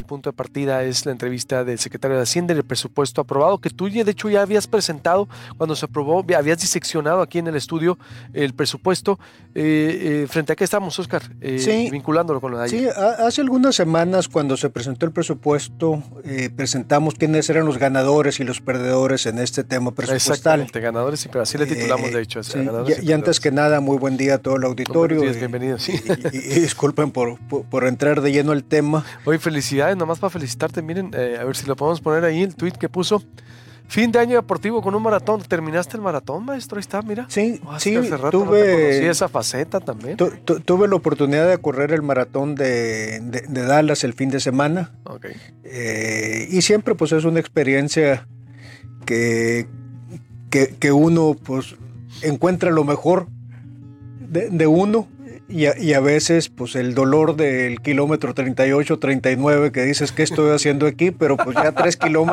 punto de partida es la entrevista del secretario de Hacienda y el presupuesto aprobado, que tú de hecho ya habías presentado cuando se aprobó, habías diseccionado aquí en el estudio el presupuesto. ¿Frente a qué estamos, Oscar? Sí, vinculándolo con lo de ayer. Sí, hace algunas semanas cuando se presentó el presupuesto, presentamos quiénes eran los ganadores y los perdedores en este tema presupuestal. Exactamente, ganadores y perdedores, así le titulamos de hecho. Sí, y antes que nada, muy buen día a todo el auditorio. Buenos días, bienvenidos. Sí. Y disculpen por entrar de lleno al tema. Oye, felicidades, nomás para felicitarte, miren, a ver si lo podemos poner ahí, el tweet que puso. Fin de año deportivo con un maratón. ¿Terminaste el maratón, maestro? Ahí está, mira. Sí, sí, hace rato no te conocí esa faceta también. Tuve la oportunidad de correr el maratón de Dallas el fin de semana. Okay. Y siempre pues es una experiencia que uno pues encuentra lo mejor de uno. Y a veces, pues el dolor del kilómetro 38, 39, que dices, ¿qué estoy haciendo aquí? Pero pues ya 3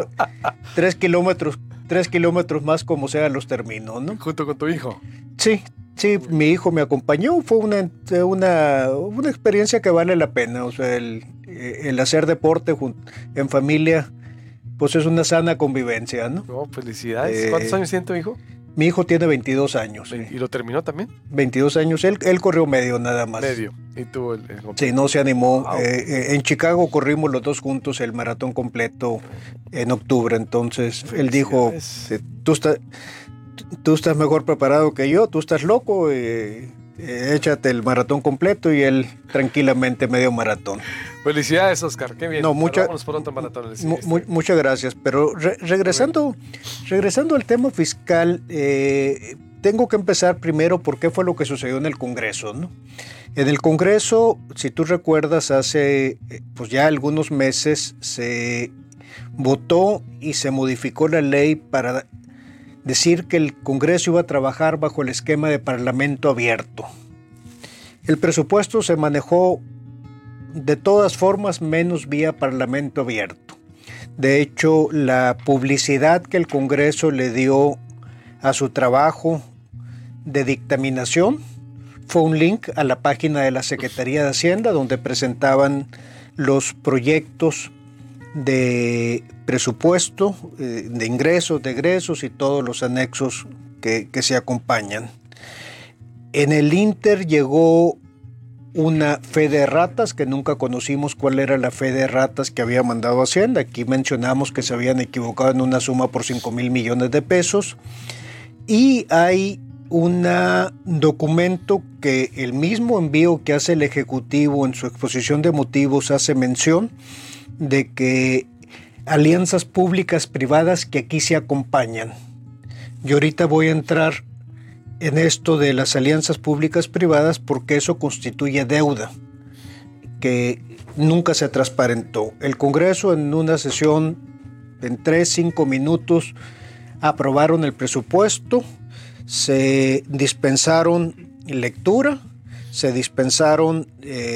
kilómetros más como sea los termino, ¿no? Junto con tu hijo. Sí, mi hijo me acompañó. Fue una experiencia que vale la pena. O sea, el hacer deporte en familia, pues es una sana convivencia, ¿no? Oh, felicidades. ¿Cuántos años tiene tu hijo? Mi hijo tiene 22 años. ¿Y lo terminó también? 22 años. Él corrió medio nada más. Medio. ¿Y tú el Sí, no se animó. Wow. En Chicago corrimos los dos juntos el maratón completo en octubre. Entonces, él dijo, tú estás mejor preparado que yo, tú estás loco, échate el maratón completo, y él tranquilamente medio maratón. Felicidades, Oscar, qué bien. No, por otro maratón. Muchas gracias, pero regresando al tema fiscal, tengo que empezar primero por qué fue lo que sucedió en el Congreso, ¿no? En el Congreso, si tú recuerdas, hace pues ya algunos meses se votó y se modificó la ley para decir que el Congreso iba a trabajar bajo el esquema de parlamento abierto. El presupuesto se manejó de todas formas menos vía parlamento abierto. De hecho, la publicidad que el Congreso le dio a su trabajo de dictaminación fue un link a la página de la Secretaría de Hacienda, donde presentaban los proyectos de presupuesto, de ingresos, de egresos y todos los anexos que se acompañan. En el Inter llegó una fe de ratas que nunca conocimos cuál era la fe de ratas que había mandado Hacienda. Aquí mencionamos que se habían equivocado en una suma por 5,000 millones de pesos. Y hay un documento que el mismo envío que hace el Ejecutivo en su exposición de motivos hace mención de que alianzas públicas privadas que aquí se acompañan. Yo ahorita voy a entrar en esto de las alianzas públicas privadas porque eso constituye deuda que nunca se transparentó. El Congreso en una sesión en 3-5 minutos aprobaron el presupuesto, se dispensaron lectura, se dispensaron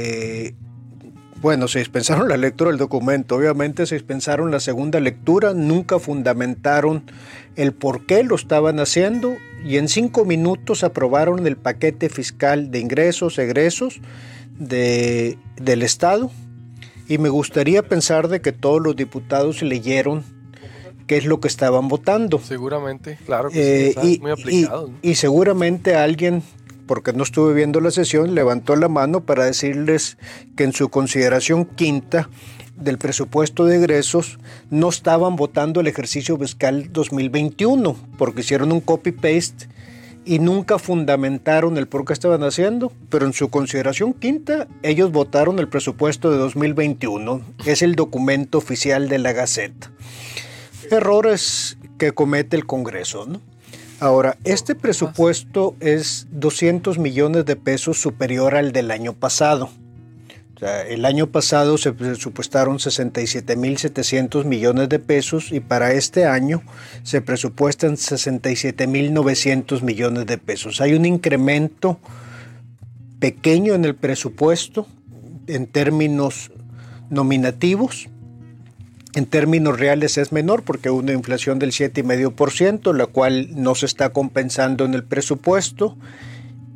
la lectura del documento, obviamente se dispensaron la segunda lectura, nunca fundamentaron el por qué lo estaban haciendo y en 5 minutos aprobaron el paquete fiscal de ingresos, egresos del Estado, y me gustaría pensar de que todos los diputados leyeron qué es lo que estaban votando. Seguramente, claro que sí, muy aplicado, ¿no? Y seguramente alguien, porque no estuve viendo la sesión, levantó la mano para decirles que en su consideración quinta del presupuesto de egresos no estaban votando el ejercicio fiscal 2021, porque hicieron un copy-paste y nunca fundamentaron el por qué estaban haciendo, pero en su consideración quinta ellos votaron el presupuesto de 2021, es el documento oficial de la Gaceta. Errores que comete el Congreso, ¿no? Ahora, este presupuesto es 200 millones de pesos superior al del año pasado. O sea, el año pasado se presupuestaron 67.700 millones de pesos y para este año se presupuestan 67.900 millones de pesos. Hay un incremento pequeño en el presupuesto en términos nominativos. En términos reales es menor porque hay una inflación del 7,5%, la cual no se está compensando en el presupuesto.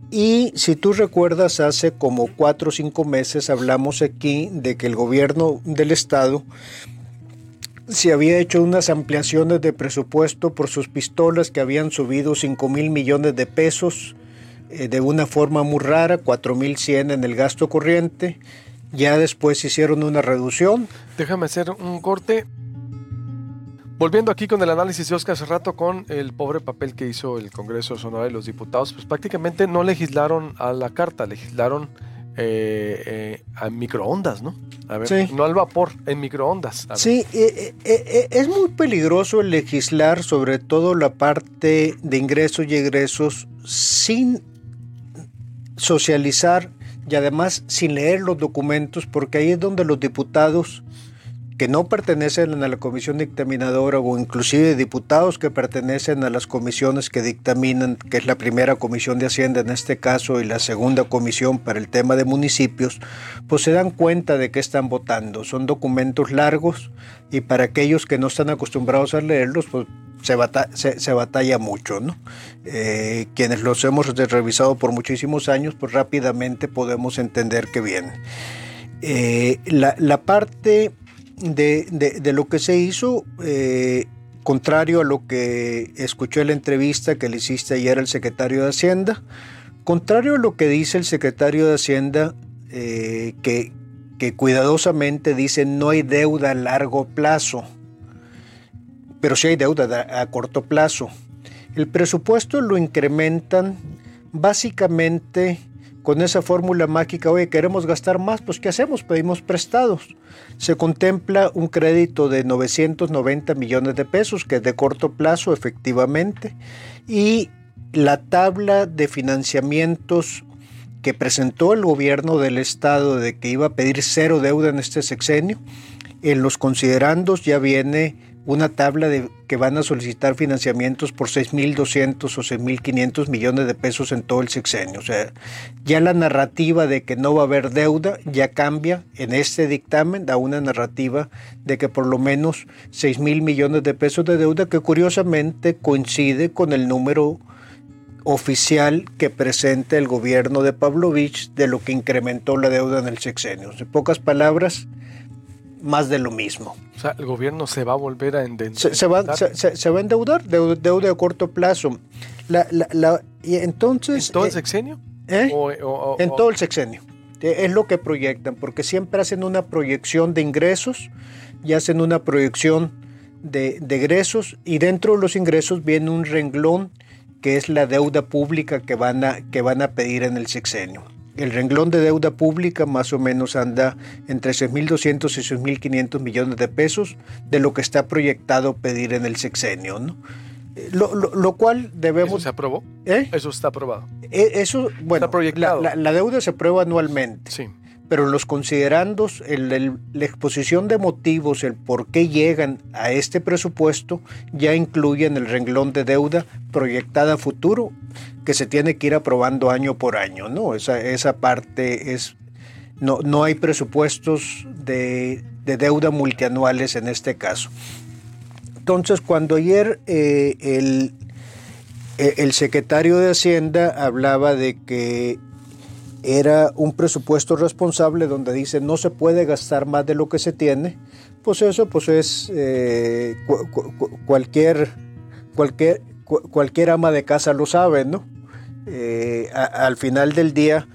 Y si tú recuerdas, hace como 4 o 5 meses hablamos aquí de que el gobierno del estado se había hecho unas ampliaciones de presupuesto por sus pistolas que habían subido 5,000 millones de pesos de una forma muy rara, 4,100 en el gasto corriente. Ya después hicieron una reducción. Déjame hacer un corte. Volviendo aquí con el análisis de Oscar hace rato con el pobre papel que hizo el Congreso de Sonora y los diputados, pues prácticamente no legislaron a la carta, legislaron a microondas, ¿no? A ver, sí. No al vapor, en microondas. Sí, es muy peligroso el legislar, sobre todo la parte de ingresos y egresos, sin socializar y además sin leer los documentos, porque ahí es donde los diputados que no pertenecen a la comisión dictaminadora o inclusive diputados que pertenecen a las comisiones que dictaminan, que es la primera comisión de Hacienda en este caso y la segunda comisión para el tema de municipios, pues se dan cuenta de que están votando. Son documentos largos y para aquellos que no están acostumbrados a leerlos, pues se batalla mucho, ¿no? Quienes los hemos revisado por muchísimos años, pues rápidamente podemos entender que viene. La parte de lo que se hizo, contrario a lo que escuché en la entrevista que le hiciste ayer al secretario de Hacienda, contrario a lo que dice el secretario de Hacienda, que cuidadosamente dice no hay deuda a largo plazo, pero sí hay deuda a corto plazo. El presupuesto lo incrementan básicamente con esa fórmula mágica: oye, queremos gastar más, pues ¿qué hacemos? Pedimos prestados. Se contempla un crédito de 990 millones de pesos, que es de corto plazo, efectivamente, y la tabla de financiamientos que presentó el gobierno del estado de que iba a pedir cero deuda en este sexenio, en los considerandos ya viene una tabla de que van a solicitar financiamientos por 6,200 o 6,500 millones de pesos en todo el sexenio. O sea, ya la narrativa de que no va a haber deuda ya cambia en este dictamen a una narrativa de que por lo menos 6,000 millones de pesos de deuda, que curiosamente coincide con el número oficial que presenta el gobierno de Pavlovich de lo que incrementó la deuda en el sexenio. En pocas palabras, más de lo mismo. O sea, el gobierno se va a volver a endeudar. Se va a endeudar, deuda a corto plazo. Y entonces, ¿en todo el sexenio? En todo el sexenio. Es lo que proyectan, porque siempre hacen una proyección de ingresos y hacen una proyección de egresos, y dentro de los ingresos viene un renglón que es la deuda pública que van a pedir en el sexenio. El renglón de deuda pública más o menos anda entre 6,200 y 6,500 millones de pesos de lo que está proyectado pedir en el sexenio, ¿no? Lo cual debemos... ¿Eso se aprobó? Eso está aprobado. Eso, bueno, está proyectado. La deuda se aprueba anualmente. Sí. Pero los considerandos, la exposición de motivos, el por qué llegan a este presupuesto, ya incluyen el renglón de deuda proyectada a futuro, que se tiene que ir aprobando año por año, ¿no? Esa parte es... No hay presupuestos de deuda multianuales en este caso. Entonces, cuando ayer el secretario de Hacienda hablaba de que era un presupuesto responsable, donde dice no se puede gastar más de lo que se tiene, pues eso pues es cualquier ama de casa lo sabe, ¿no? Al final del día,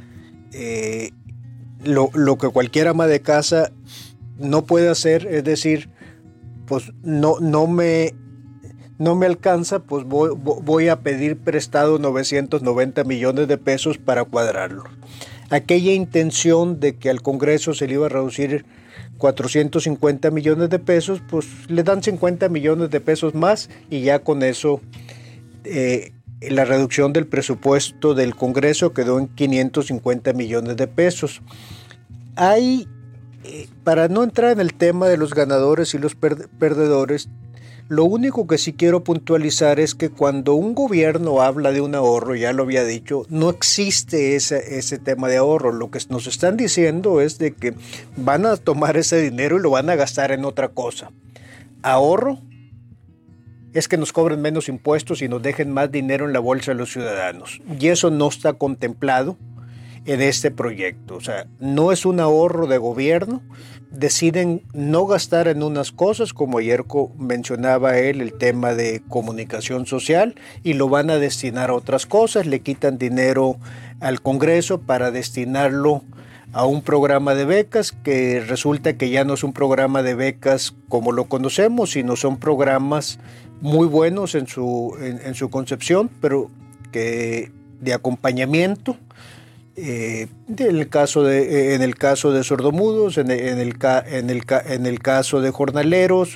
lo que cualquier ama de casa no puede hacer es decir, pues no me alcanza, pues voy a pedir prestado 990 millones de pesos para cuadrarlo. Aquella intención de que al Congreso se le iba a reducir 450 millones de pesos, pues le dan 50 millones de pesos más y ya con eso la reducción del presupuesto del Congreso quedó en 550 millones de pesos. Hay, para no entrar en el tema de los ganadores y los perdedores, lo único que sí quiero puntualizar es que cuando un gobierno habla de un ahorro, ya lo había dicho, no existe ese tema de ahorro. Lo que nos están diciendo es de que van a tomar ese dinero y lo van a gastar en otra cosa. Ahorro es que nos cobren menos impuestos y nos dejen más dinero en la bolsa de los ciudadanos. Y eso no está contemplado en este proyecto. O sea, no es un ahorro de gobierno. Deciden no gastar en unas cosas, como ayer mencionaba él, el tema de comunicación social, y lo van a destinar a otras cosas. Le quitan dinero al Congreso para destinarlo a un programa de becas que resulta que ya no es un programa de becas como lo conocemos, sino son programas muy buenos en su concepción, pero que de acompañamiento, en el caso de sordomudos, en el caso de jornaleros,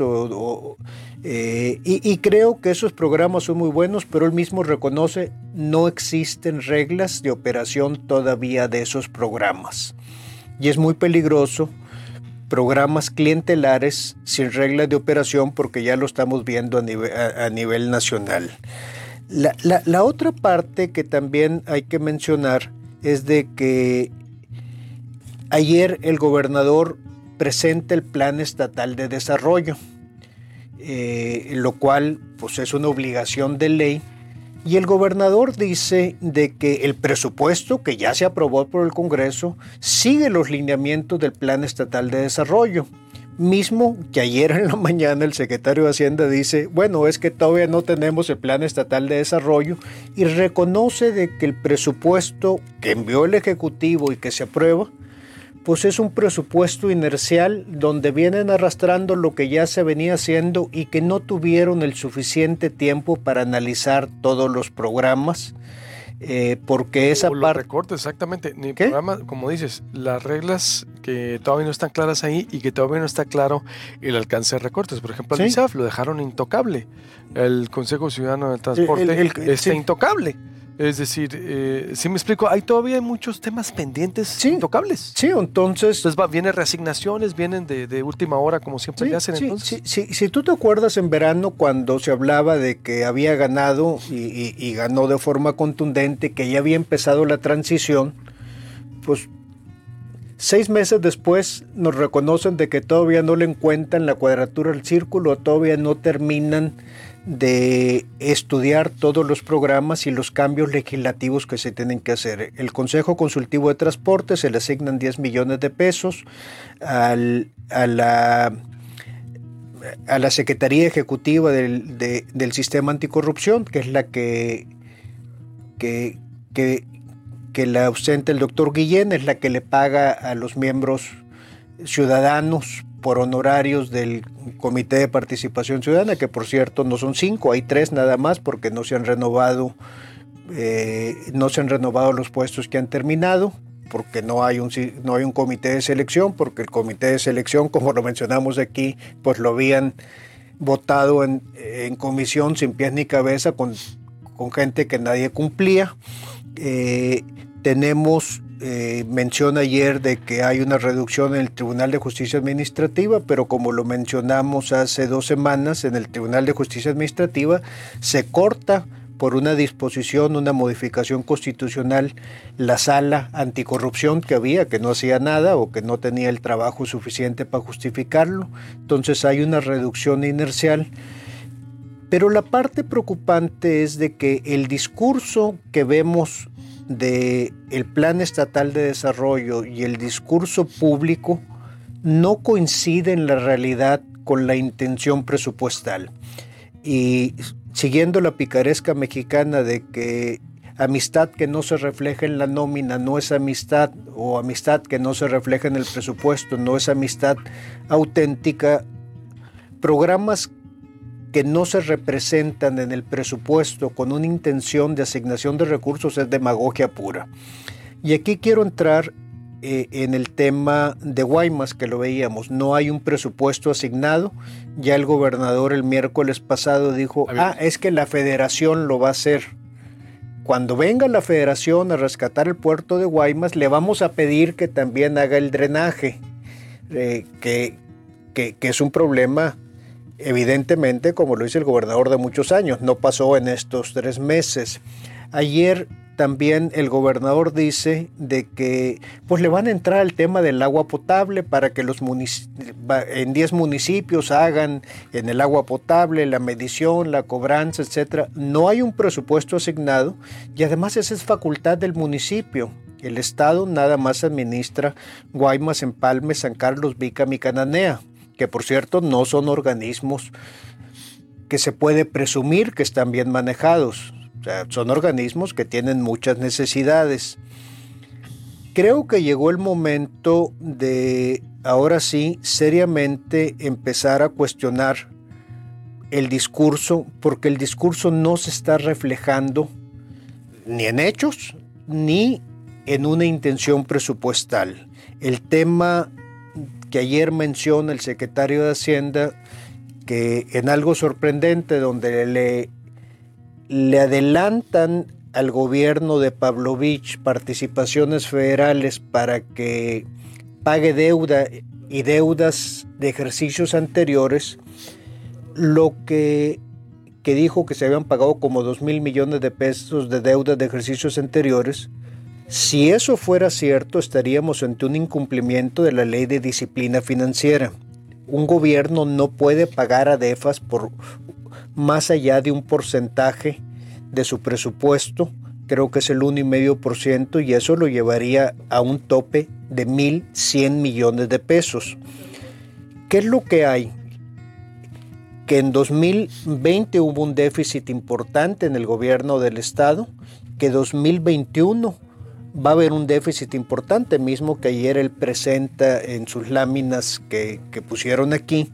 y creo que esos programas son muy buenos, pero él mismo reconoce no existen reglas de operación todavía de esos programas. Y es muy peligroso programas clientelares sin reglas de operación, porque ya lo estamos viendo a nivel nacional. La otra parte que también hay que mencionar es de que ayer el gobernador presenta el Plan Estatal de Desarrollo, lo cual pues es una obligación de ley, y el gobernador dice de que el presupuesto que ya se aprobó por el Congreso sigue los lineamientos del Plan Estatal de Desarrollo, mismo que ayer en la mañana el secretario de Hacienda dice, bueno, es que todavía no tenemos el Plan Estatal de Desarrollo, y reconoce de que el presupuesto que envió el Ejecutivo y que se aprueba, pues es un presupuesto inercial donde vienen arrastrando lo que ya se venía haciendo y que no tuvieron el suficiente tiempo para analizar todos los programas, porque esa parte... Los recortes, exactamente. Ni programa, como dices, las reglas que todavía no están claras ahí y que todavía no está claro el alcance de recortes. Por ejemplo, al ISAF lo dejaron intocable. El Consejo Ciudadano del Transporte está intocable. Es decir, si me explico, todavía hay muchos temas pendientes intocables. Sí, entonces vienen reasignaciones, vienen de última hora, como siempre le hacen. Entonces. Si tú te acuerdas en verano cuando se hablaba de que había ganado y ganó de forma contundente, que ya había empezado la transición, pues 6 meses después nos reconocen de que todavía no le encuentran la cuadratura del círculo, todavía no terminan de estudiar todos los programas y los cambios legislativos que se tienen que hacer. El Consejo Consultivo de Transporte se le asignan 10 millones de pesos, a la Secretaría Ejecutiva del Sistema Anticorrupción, que es la que la ausenta el doctor Guillén, es la que le paga a los miembros ciudadanos por honorarios del Comité de Participación Ciudadana, que por cierto no son 5, hay 3 nada más, porque no se han renovado los puestos que han terminado, porque no hay un comité de selección, porque el comité de selección, como lo mencionamos aquí, pues lo habían votado en comisión sin pies ni cabeza, con gente que nadie cumplía. Tenemos mención ayer de que hay una reducción en el Tribunal de Justicia Administrativa, pero como lo mencionamos hace 2 semanas, en el Tribunal de Justicia Administrativa se corta por una disposición, una modificación constitucional, la sala anticorrupción que había, que no hacía nada o que no tenía el trabajo suficiente para justificarlo. Entonces hay una reducción inercial. Pero la parte preocupante es de que el discurso que vemos del Plan Estatal de Desarrollo y el discurso público no coincide en la realidad con la intención presupuestal. Y siguiendo la picaresca mexicana de que amistad que no se refleja en la nómina no es amistad, o amistad que no se refleja en el presupuesto no es amistad auténtica, programas que no se representan en el presupuesto con una intención de asignación de recursos es demagogia pura. Y aquí quiero entrar en el tema de Guaymas, que lo veíamos. No hay un presupuesto asignado. Ya el gobernador el miércoles pasado dijo, es que la federación lo va a hacer. Cuando venga la federación a rescatar el puerto de Guaymas, le vamos a pedir que también haga el drenaje, que es un problema. Evidentemente, como lo dice el gobernador, de muchos años, no pasó en estos 3 meses. Ayer también el gobernador dice de que pues le van a entrar al tema del agua potable para que en 10 municipios hagan en el agua potable la medición, la cobranza, etcétera. No hay un presupuesto asignado y además esa es facultad del municipio. El Estado nada más administra Guaymas, Empalme, San Carlos, Bicam y Cananea, que por cierto no son organismos que se puede presumir que están bien manejados. O sea, son organismos que tienen muchas necesidades. Creo que llegó el momento de, ahora sí, seriamente empezar a cuestionar el discurso, porque el discurso no se está reflejando ni en hechos, ni en una intención presupuestal. El tema que ayer menciona el secretario de Hacienda, que en algo sorprendente, donde le adelantan al gobierno de Pavlovich participaciones federales para que pague deuda y deudas de ejercicios anteriores, lo que dijo que se habían pagado como 2,000 millones de pesos de deudas de ejercicios anteriores. Si eso fuera cierto, estaríamos ante un incumplimiento de la ley de disciplina financiera. Un gobierno no puede pagar a DEFAS por más allá de un porcentaje de su presupuesto, creo que es el 1,5%, y eso lo llevaría a un tope de 1,100 millones de pesos. ¿Qué es lo que hay? Que en 2020 hubo un déficit importante en el gobierno del Estado, que 2021 va a haber un déficit importante, mismo que ayer él presenta en sus láminas que pusieron aquí.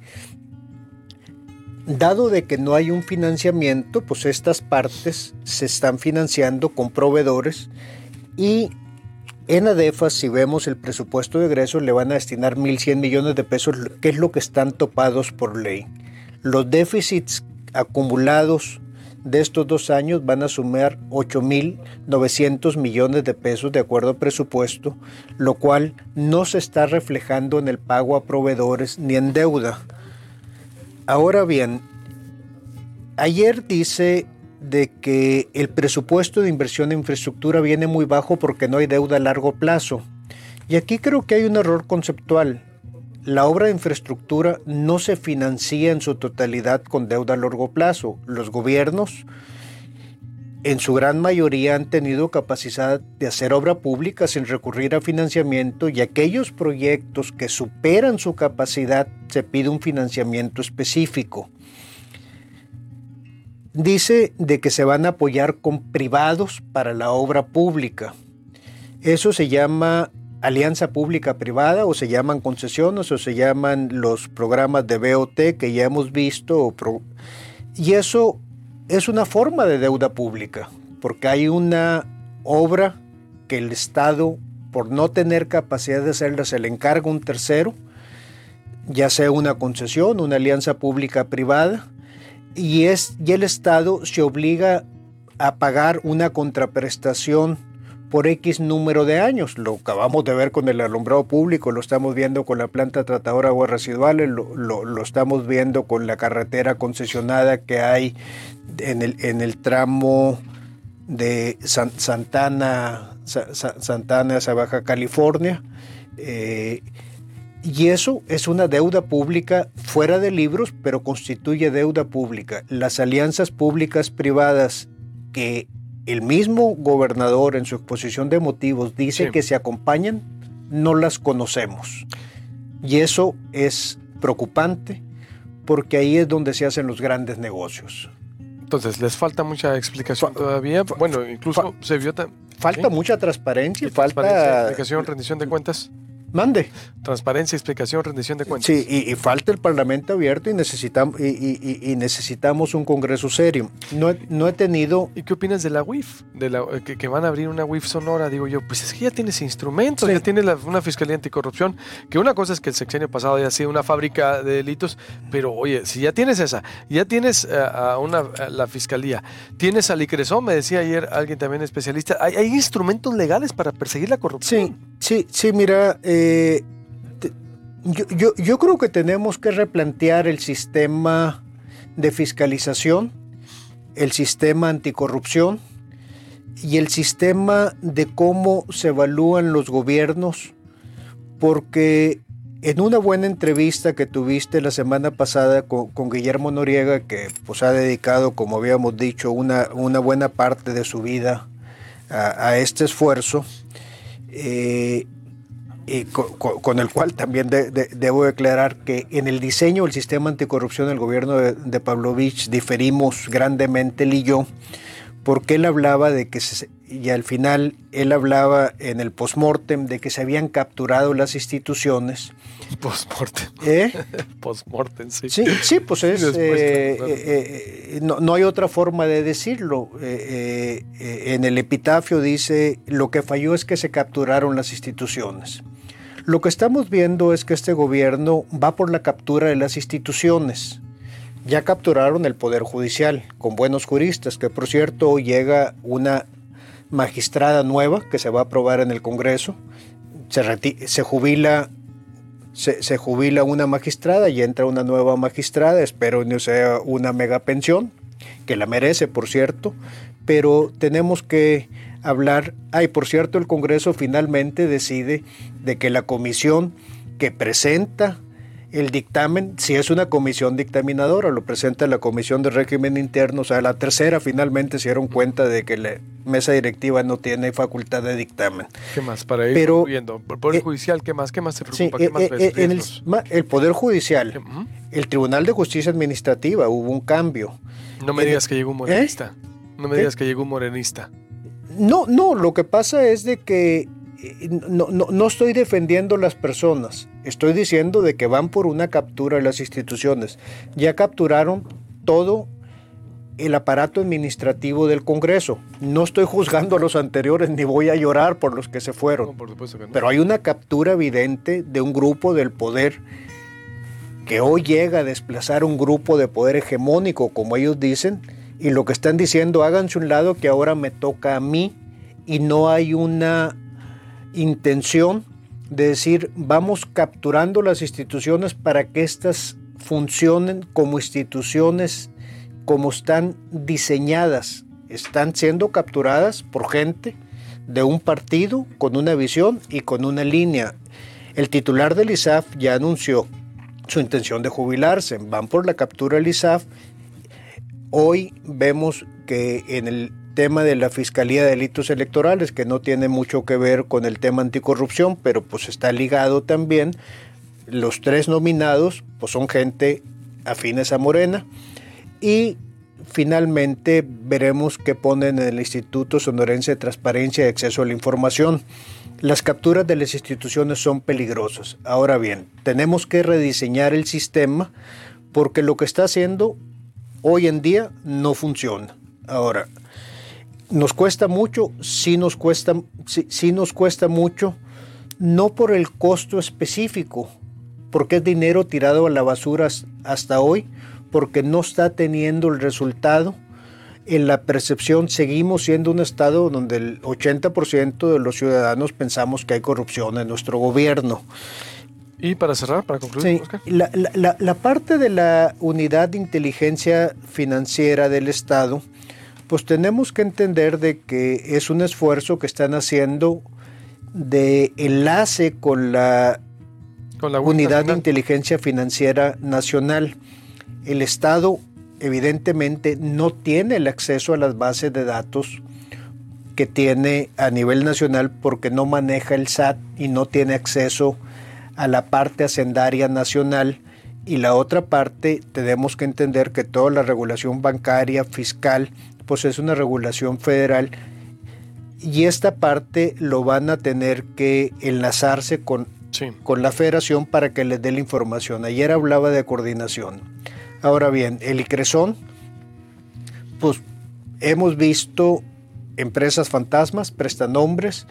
Dado de que no hay un financiamiento, pues estas partes se están financiando con proveedores, y en ADEFAS, si vemos el presupuesto de egresos, le van a destinar 1,100 millones de pesos, que es lo que están topados por ley. Los déficits acumulados de estos 2 años van a sumar 8,900 millones de pesos de acuerdo al presupuesto, lo cual no se está reflejando en el pago a proveedores ni en deuda. Ahora bien, ayer dice de que el presupuesto de inversión en infraestructura viene muy bajo porque no hay deuda a largo plazo. Y aquí creo que hay un error conceptual. La obra de infraestructura no se financia en su totalidad con deuda a largo plazo. Los gobiernos, en su gran mayoría, han tenido capacidad de hacer obra pública sin recurrir a financiamiento, y aquellos proyectos que superan su capacidad se pide un financiamiento específico. Dice de que se van a apoyar con privados para la obra pública. Eso se llama alianza pública-privada, o se llaman concesiones, o se llaman los programas de BOT que ya hemos visto, y eso es una forma de deuda pública, porque hay una obra que el Estado, por no tener capacidad de hacerla, se le encarga a un tercero, ya sea una concesión, una alianza pública-privada, y el Estado se obliga a pagar una contraprestación por X número de años. Lo acabamos de ver con el alumbrado público, lo estamos viendo con la planta tratadora de aguas residuales, lo estamos viendo con la carretera concesionada que hay en el tramo de Santana hacia Baja California. Y eso es una deuda pública fuera de libros, pero constituye deuda pública. Las alianzas públicas privadas que el mismo gobernador en su exposición de motivos dice que se acompañan, no las conocemos. Y eso es preocupante, porque ahí es donde se hacen los grandes negocios. Entonces, les falta mucha explicación todavía. Bueno, incluso se vio... Falta mucha transparencia. Falta explicación, rendición de cuentas. Mande. Transparencia, explicación, rendición de cuentas. Sí, y falta el Parlamento abierto, y necesitamos un Congreso serio. No he tenido... ¿Y qué opinas de la UIF? Que van a abrir una UIF Sonora. Digo yo, pues es que ya tienes instrumentos, ya tienes una Fiscalía Anticorrupción, que una cosa es que el sexenio pasado haya sido una fábrica de delitos, pero oye, si ya tienes esa, ya tienes la Fiscalía, tienes al ICRESOM, me decía ayer alguien también especialista, hay instrumentos legales para perseguir la corrupción. Sí, mira... Yo creo que tenemos que replantear el sistema de fiscalización, el sistema anticorrupción, y el sistema de cómo se evalúan los gobiernos, porque en una buena entrevista que tuviste la semana pasada con Guillermo Noriega, que pues ha dedicado, como habíamos dicho, una buena parte de su vida a este esfuerzo, con el cual también debo declarar que en el diseño del sistema anticorrupción del gobierno de Pavlovich diferimos grandemente él y yo, porque él hablaba de que, y al final él hablaba en el postmortem de que se habían capturado las instituciones. Postmortem. Postmortem, sí. Sí, pues es, no hay otra forma de decirlo. En el epitafio dice, lo que falló es que se capturaron las instituciones. Lo que estamos viendo es que este gobierno va por la captura de las instituciones. Ya capturaron el Poder Judicial con buenos juristas, que por cierto hoy llega una magistrada nueva que se va a aprobar en el Congreso. Se jubila una magistrada y entra una nueva magistrada. Espero no sea una mega pensión, que la merece, por cierto, pero tenemos que hablar. Por cierto, el Congreso finalmente decide de que la comisión que presenta el dictamen, si es una comisión dictaminadora, lo presenta la Comisión de Régimen Interno, o sea, la tercera finalmente se dieron cuenta de que la mesa directiva no tiene facultad de dictamen. ¿Qué más? Para ir concluyendo, el Poder Judicial, ¿qué más te preocupa? Sí, ¿Qué más ves? El Poder Judicial, el Tribunal de Justicia Administrativa, hubo un cambio. No me digas que llegó un morenista. No me digas que llegó un morenista. No, lo que pasa es de que no estoy defendiendo las personas, estoy diciendo de que van por una captura de las instituciones. Ya capturaron todo el aparato administrativo del Congreso. No estoy juzgando a los anteriores ni voy a llorar por los que se fueron. No, por supuesto que no. Pero hay una captura evidente de un grupo del poder que hoy llega a desplazar un grupo de poder hegemónico, como ellos dicen, y lo que están diciendo, háganse un lado que ahora me toca a mí, y no hay una intención de decir vamos capturando las instituciones para que éstas funcionen como instituciones como están diseñadas. Están siendo capturadas por gente de un partido con una visión y con una línea. El titular del ISAF ya anunció su intención de jubilarse, van por la captura del ISAF. Hoy vemos que en el tema de la Fiscalía de Delitos Electorales, que no tiene mucho que ver con el tema anticorrupción, pero pues está ligado también, los tres nominados pues son gente afines a Morena, y finalmente veremos qué ponen en el Instituto Sonorense de Transparencia y Acceso a la Información. Las capturas de las instituciones son peligrosas. Ahora bien, tenemos que rediseñar el sistema porque lo que está haciendo hoy en día no funciona. Ahora, ¿nos cuesta mucho? Sí nos cuesta mucho, no por el costo específico, porque es dinero tirado a la basura hasta hoy, porque no está teniendo el resultado. En la percepción seguimos siendo un estado donde el 80% de los ciudadanos pensamos que hay corrupción en nuestro gobierno. Y para cerrar, para concluir, Oscar. La parte de la unidad de inteligencia financiera del Estado, pues tenemos que entender de que es un esfuerzo que están haciendo de enlace con la Unidad de Inteligencia Financiera Nacional. El Estado evidentemente no tiene el acceso a las bases de datos que tiene a nivel nacional porque no maneja el SAT y no tiene acceso a la parte hacendaria nacional. Y la otra parte, tenemos que entender que toda la regulación bancaria, fiscal, pues es una regulación federal, y esta parte lo van a tener que enlazarse con la federación para que les dé la información. Ayer hablaba de coordinación. Ahora bien, el ICRESON, pues hemos visto empresas fantasmas, prestanombres,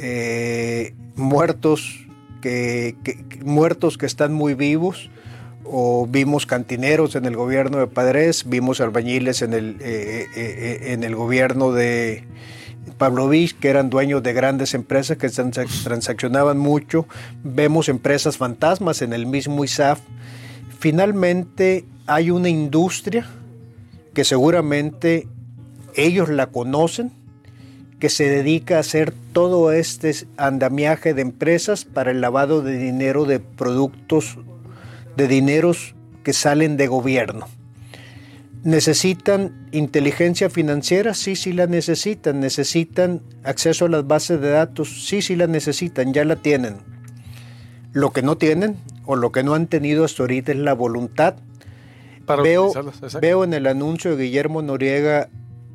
muertos que están muy vivos, o vimos cantineros en el gobierno de Padres, vimos albañiles en el gobierno de Pavlovich, que eran dueños de grandes empresas que transaccionaban mucho, vemos empresas fantasmas en el mismo ISAF. Finalmente hay una industria que seguramente ellos la conocen, que se dedica a hacer todo este andamiaje de empresas para el lavado de dinero de productos, de dineros que salen de gobierno. ¿Necesitan inteligencia financiera? Sí, sí la necesitan. ¿Necesitan acceso a las bases de datos? Sí, sí la necesitan, ya la tienen. Lo que no tienen o lo que no han tenido hasta ahorita es la voluntad. Veo en el anuncio de Guillermo Noriega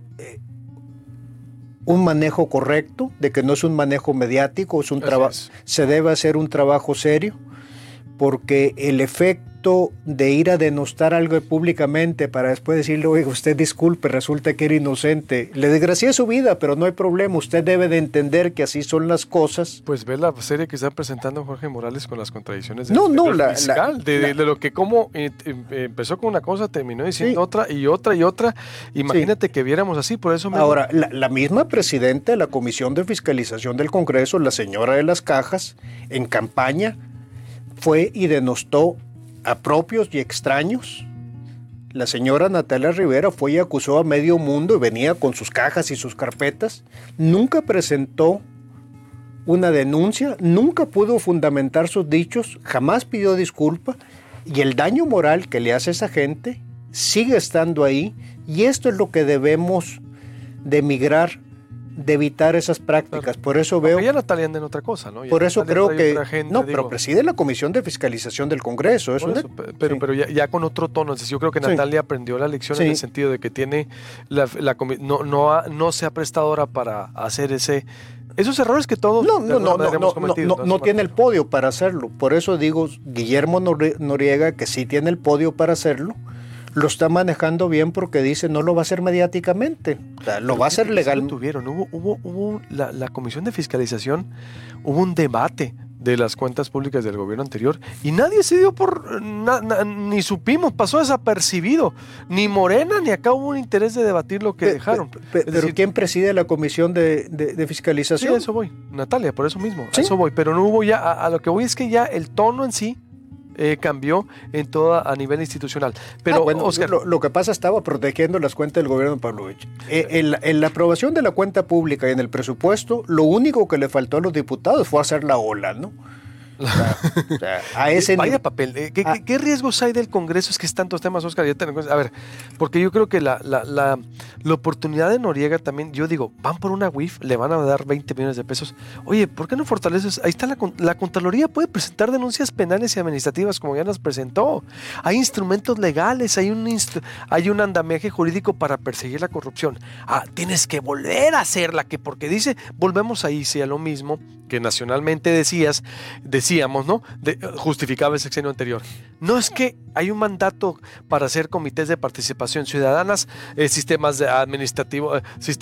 un manejo correcto, de que no es un manejo mediático, es un se debe hacer un trabajo serio, porque el efecto de ir a denostar algo públicamente para después decirle, oiga, usted disculpe, resulta que era inocente, le desgracié su vida, pero no hay problema, usted debe de entender que así son las cosas. Pues ve la serie que está presentando Jorge Morales con las contradicciones del fiscal, de lo que cómo empezó con una cosa, terminó diciendo otra y otra y otra. Imagínate que viéramos así, por eso... Ahora, la misma presidenta de la Comisión de Fiscalización del Congreso, la señora de las Cajas, en campaña, fue y denostó a propios y extraños. La señora Natalia Rivera fue y acusó a medio mundo y venía con sus cajas y sus carpetas. Nunca presentó una denuncia, nunca pudo fundamentar sus dichos, jamás pidió disculpa, y el daño moral que le hace a esa gente sigue estando ahí, y esto es lo que debemos de migrar, de evitar esas prácticas. Claro. Por eso veo... ya Natalia anda en otra cosa, ¿no? Ya por eso creo que... pero preside la Comisión de Fiscalización del Congreso. Pero ya con otro tono. Entonces yo creo que Natalia aprendió la lección en el sentido de que tiene... no se ha prestado ahora para hacer esos errores que todos no tiene el podio para hacerlo. Por eso digo, Guillermo Noriega, que sí tiene el podio para hacerlo, lo está manejando bien porque dice no lo va a hacer mediáticamente, o sea, lo va a hacer legal. Hubo la Comisión de Fiscalización, hubo un debate de las cuentas públicas del gobierno anterior y nadie se dio ni supimos, pasó desapercibido, ni Morena ni acá hubo un interés de debatir lo que dejaron. Pero ¿quién preside la Comisión de Fiscalización? Sí, a eso voy, Natalia, por eso mismo, a eso voy, pero no hubo ya, a lo que voy es que ya el tono en sí cambió a nivel institucional. Pero Oscar, lo que pasa, estaba protegiendo las cuentas del gobierno de Pavlovich. En la aprobación de la cuenta pública y en el presupuesto, lo único que le faltó a los diputados fue hacer la ola, ¿no? O sea, a ese vaya papel. ¿Qué riesgos hay del Congreso? Es que es tantos temas, Oscar. A ver, porque yo creo que la oportunidad de Noriega también, yo digo, van por una WIF, le van a dar 20 millones de pesos. Oye, ¿por qué no fortaleces? Ahí está la Contraloría, puede presentar denuncias penales y administrativas como ya las presentó. Hay instrumentos legales, hay un andamiaje jurídico para perseguir la corrupción. Tienes que volver a hacerla, porque dice, volvemos ahí, sí, a lo mismo que nacionalmente decíamos, ¿no? Justificaba el sexenio anterior. No es que hay un mandato para hacer comités de participación ciudadanas, sistemas administrativos,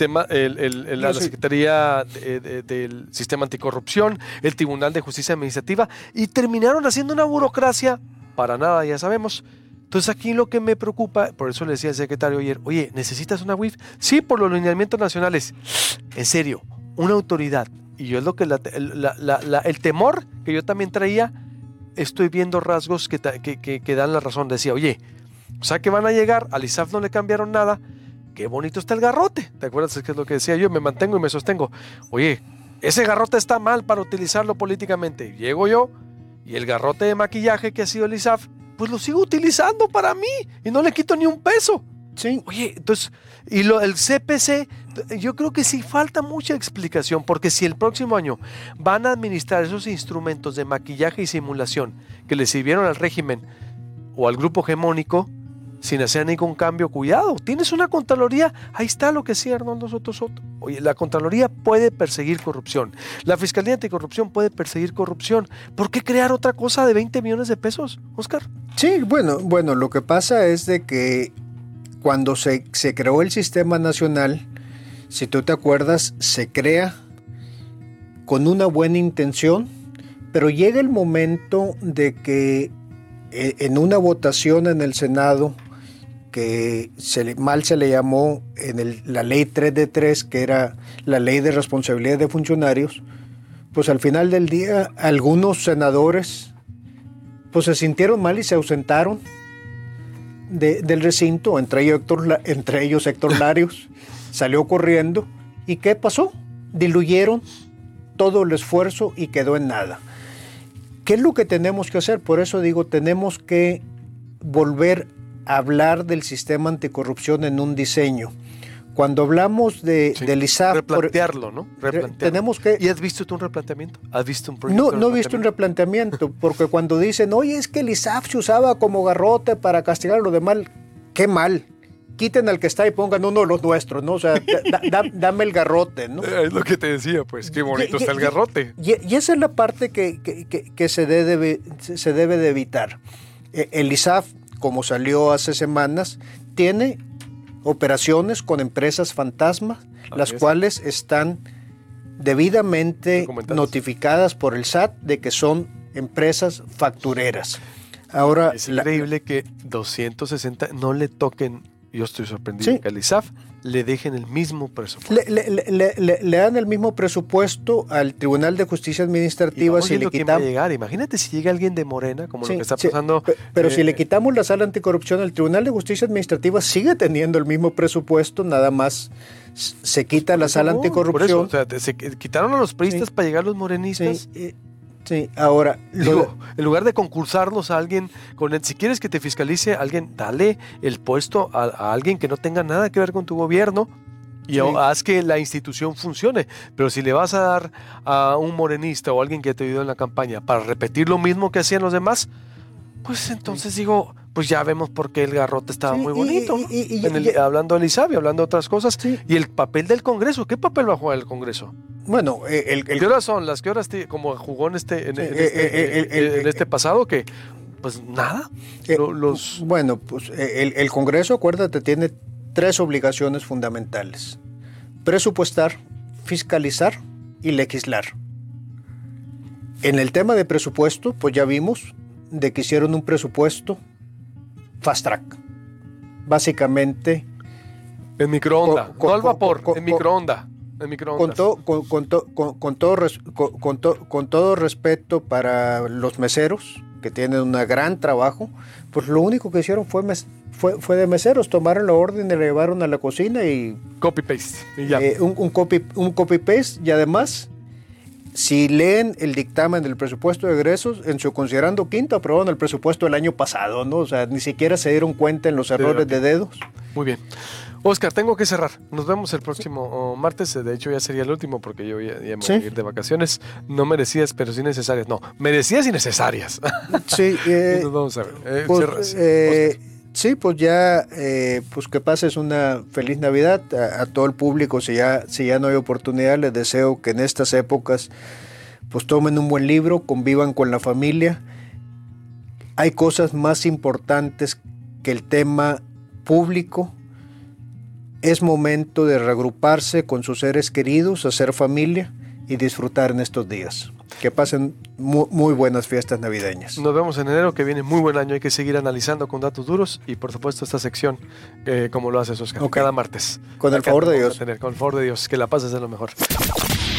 la Secretaría del Sistema Anticorrupción, el Tribunal de Justicia Administrativa, y terminaron haciendo una burocracia para nada, ya sabemos. Entonces aquí lo que me preocupa, por eso le decía al secretario ayer, oye, ¿necesitas una WIF? Sí, por los lineamientos nacionales. En serio, una autoridad. Y yo es lo que el temor que yo también traía, estoy viendo rasgos que dan la razón. Decía, oye, o sea que van a llegar, al ISAF no le cambiaron nada, qué bonito está el garrote. ¿Te acuerdas qué es lo que decía yo? Me mantengo y me sostengo. Oye, ese garrote está mal para utilizarlo políticamente. Llego yo y el garrote de maquillaje que ha sido el ISAF, pues lo sigo utilizando para mí y no le quito ni un peso. Sí. Oye, entonces, el CPC, yo creo que sí falta mucha explicación, porque si el próximo año van a administrar esos instrumentos de maquillaje y simulación que le sirvieron al régimen o al grupo hegemónico, sin hacer ningún cambio, cuidado, tienes una Contraloría, ahí está lo que decía Arnoldo Soto. Oye, la Contraloría puede perseguir corrupción, la Fiscalía Anticorrupción puede perseguir corrupción. ¿Por qué crear otra cosa de 20 millones de pesos, Oscar? Sí, bueno, lo que pasa es de que cuando se creó el sistema nacional, si tú te acuerdas, se crea con una buena intención, pero llega el momento de que en una votación en el Senado, que mal se le llamó la ley 3 de 3, que era la ley de responsabilidad de funcionarios, pues al final del día algunos senadores pues se sintieron mal y se ausentaron del recinto, entre ellos Héctor Larios, salió corriendo. ¿Y qué pasó? diluyeron todo el esfuerzo y quedó en nada. ¿Qué es lo que tenemos que hacer? Por eso digo, tenemos que volver a hablar del sistema anticorrupción en un diseño. Cuando hablamos del ISAF... Replantearlo, ¿no? Tenemos que... ¿Y has visto tú un replanteamiento? ¿Has visto un proyecto? No he visto un replanteamiento, porque cuando dicen, oye, es que el ISAF se usaba como garrote para castigar lo de mal, qué mal. Quiten al que está y pongan uno de los nuestros, ¿no? O sea, dame el garrote, ¿no? Es lo que te decía, pues, qué bonito está el garrote. Y esa es la parte que se debe de evitar. El ISAF, como salió hace semanas, tiene operaciones con empresas fantasma, las cuales están debidamente notificadas por el SAT de que son empresas factureras. Ahora, es increíble que 260 no le toquen. Yo estoy sorprendido que al ISAF le dejen el mismo presupuesto. Le dan el mismo presupuesto al Tribunal de Justicia Administrativa si le quitamos. Imagínate si llega alguien de Morena, como lo que está pasando. Pero si le quitamos la sala anticorrupción, el Tribunal de Justicia Administrativa sigue teniendo el mismo presupuesto, nada más se quita la sala anticorrupción. Por eso, o sea, se quitaron a los priistas para llegar los morenistas. Sí, ahora... en lugar de concursarlos a alguien, si quieres que te fiscalice alguien, dale el puesto a alguien que no tenga nada que ver con tu gobierno y haz que la institución funcione. Pero si le vas a dar a un morenista o a alguien que te ayudó en la campaña para repetir lo mismo que hacían los demás, pues entonces digo, pues ya vemos por qué el garrote estaba muy bonito. Hablando del ISAB y hablando de otras cosas. Sí. Y el papel del Congreso, ¿qué papel va a jugar el Congreso? Bueno, ¿qué horas son? ¿Las qué horas como jugó en este pasado? Que pues nada. Bueno, pues el Congreso, acuérdate, tiene 3 obligaciones fundamentales: presupuestar, fiscalizar y legislar. En el tema de presupuesto, pues ya vimos de que hicieron un presupuesto fast track. Básicamente... En microondas, no al vapor, en microondas. Con todo respeto para los meseros, que tienen un gran trabajo, pues lo único que hicieron fue de meseros, tomaron la orden y la llevaron a la cocina y... Copy-paste. Un copy-paste, y además, si leen el dictamen del presupuesto de egresos, en su considerando quinto aprobaron el presupuesto del año pasado, ¿no? O sea, ni siquiera se dieron cuenta en los errores de dedos. Muy bien. Oscar, tengo que cerrar. Nos vemos el próximo martes. De hecho, ya sería el último porque yo ya me voy a ir de vacaciones. No merecidas, pero sí necesarias. No, merecidas y necesarias. Sí. Nos vamos a ver. Sí, pues ya, pues que pases una feliz Navidad a todo el público. Si ya no hay oportunidad, les deseo que en estas épocas pues tomen un buen libro, convivan con la familia. Hay cosas más importantes que el tema público. Es momento de reagruparse con sus seres queridos, hacer familia y disfrutar en estos días. Que pasen muy buenas fiestas navideñas. Nos vemos en enero, que viene muy buen año. Hay que seguir analizando con datos duros y, por supuesto, esta sección, como lo haces, Oscar, cada martes. Con el favor de Dios. Con el favor de Dios. Que la pases de lo mejor.